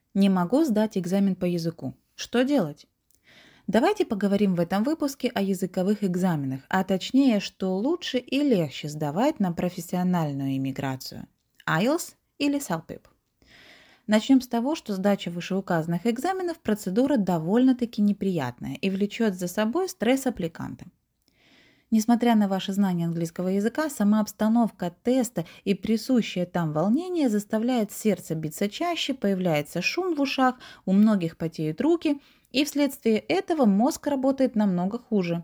Не могу сдать экзамен по языку. Что делать? Давайте поговорим в этом выпуске о языковых экзаменах, а точнее, что лучше и легче сдавать на профессиональную иммиграцию – IELTS или CELPIP. Начнем с того, что сдача вышеуказанных экзаменов – процедура довольно-таки неприятная и влечет за собой стресс аппликанта. Несмотря на ваше знание английского языка, сама обстановка теста и присущее там волнение заставляет сердце биться чаще, появляется шум в ушах, у многих потеют руки, и вследствие этого мозг работает намного хуже.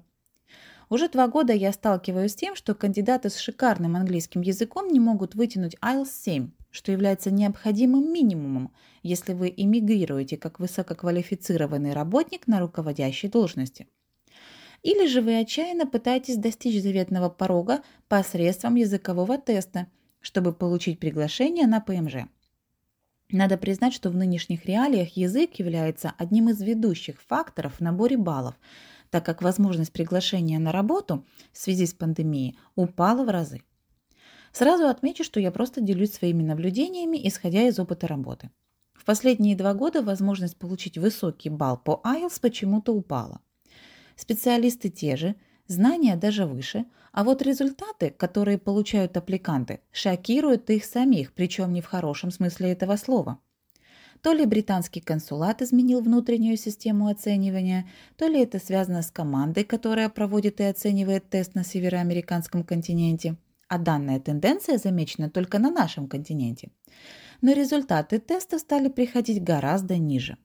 Уже 2 года я сталкиваюсь с тем, что кандидаты с шикарным английским языком не могут вытянуть IELTS 7, что является необходимым минимумом, если вы эмигрируете как высококвалифицированный работник на руководящей должности. Или же вы отчаянно пытаетесь достичь заветного порога посредством языкового теста, чтобы получить приглашение на ПМЖ. Надо признать, что в нынешних реалиях язык является одним из ведущих факторов в наборе баллов, так как возможность приглашения на работу в связи с пандемией упала в разы. Сразу отмечу, что я просто делюсь своими наблюдениями, исходя из опыта работы. В последние 2 года возможность получить высокий балл по IELTS почему-то упала. Специалисты те же, знания даже выше, а вот результаты, которые получают аппликанты, шокируют их самих, причем не в хорошем смысле этого слова. То ли британский консулат изменил внутреннюю систему оценивания, то ли это связано с командой, которая проводит и оценивает тест на североамериканском континенте, а данная тенденция замечена только на нашем континенте. Но результаты тестов стали приходить гораздо ниже.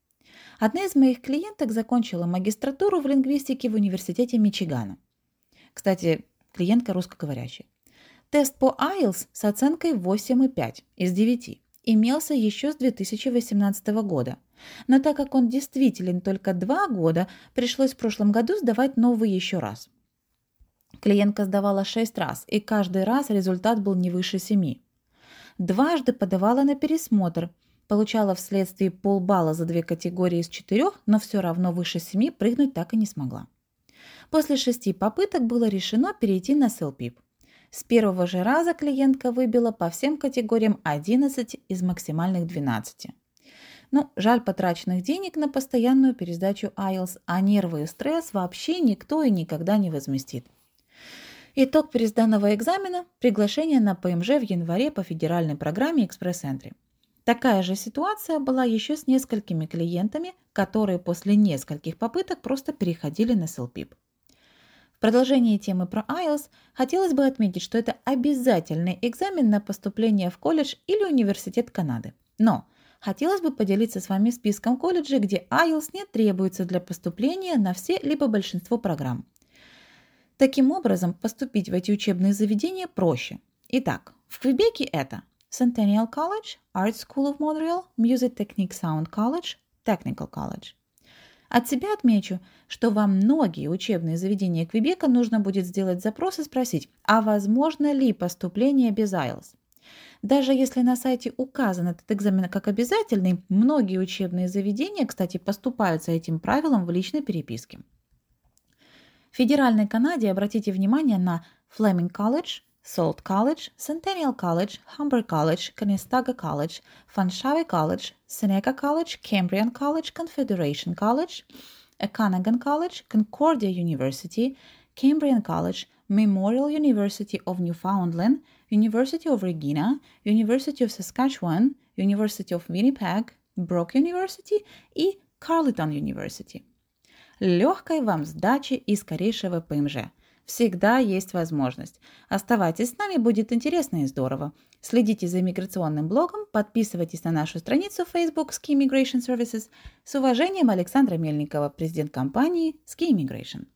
Одна из моих клиенток закончила магистратуру в лингвистике в университете Мичигана. Кстати, клиентка русскоговорящая. Тест по IELTS с оценкой 8,5 из 9 имелся еще с 2018 года. Но так как он действителен только 2 года, пришлось в прошлом году сдавать новый еще раз. Клиентка сдавала 6 раз, и каждый раз результат был не выше 7. Дважды подавала на пересмотр. Получала вследствие полбалла за 2 категории из 4, но все равно выше 7 прыгнуть так и не смогла. После 6 попыток было решено перейти на CELPIP. С первого же раза клиентка выбила по всем категориям 11 из максимальных 12. Жаль потраченных денег на постоянную пересдачу IELTS, а нервы и стресс вообще никто и никогда не возместит. Итог пересданного экзамена – приглашение на ПМЖ в январе по федеральной программе экспресс-энтри. Такая же ситуация была еще с несколькими клиентами, которые после нескольких попыток просто переходили на CELPIP. В продолжении темы про IELTS хотелось бы отметить, что это обязательный экзамен на поступление в колледж или университет Канады. Но хотелось бы поделиться с вами списком колледжей, где IELTS не требуется для поступления на все либо большинство программ. Таким образом, поступить в эти учебные заведения проще. Итак, в Квебеке это Centennial College, Art School of Montreal, Music Technique Sound College, Technical College. От себя отмечу, что во многие учебные заведения Квебека нужно будет сделать запрос и спросить, а возможно ли поступление без IELTS. Даже если на сайте указан этот экзамен как обязательный, многие учебные заведения, кстати, поступаются этим правилам в личной переписке. В Федеральной Канаде обратите внимание на Fleming College, Sault College, Centennial College, Humber College, Conestoga College, Fanshawe College, Seneca College, Cambrian College, Confederation College, Okanagan College, Concordia University, Cambrian College, Memorial University of Newfoundland, University of Regina, University of Saskatchewan, University of Winnipeg, Brock University и Carleton University. Легкой вам сдачи и скорейшего ПМЖ. Всегда есть возможность. Оставайтесь с нами, будет интересно и здорово. Следите за иммиграционным блогом, подписывайтесь на нашу страницу в Facebook Ski Immigration Services. С уважением, Александра Мельникова, президент компании Ski Immigration.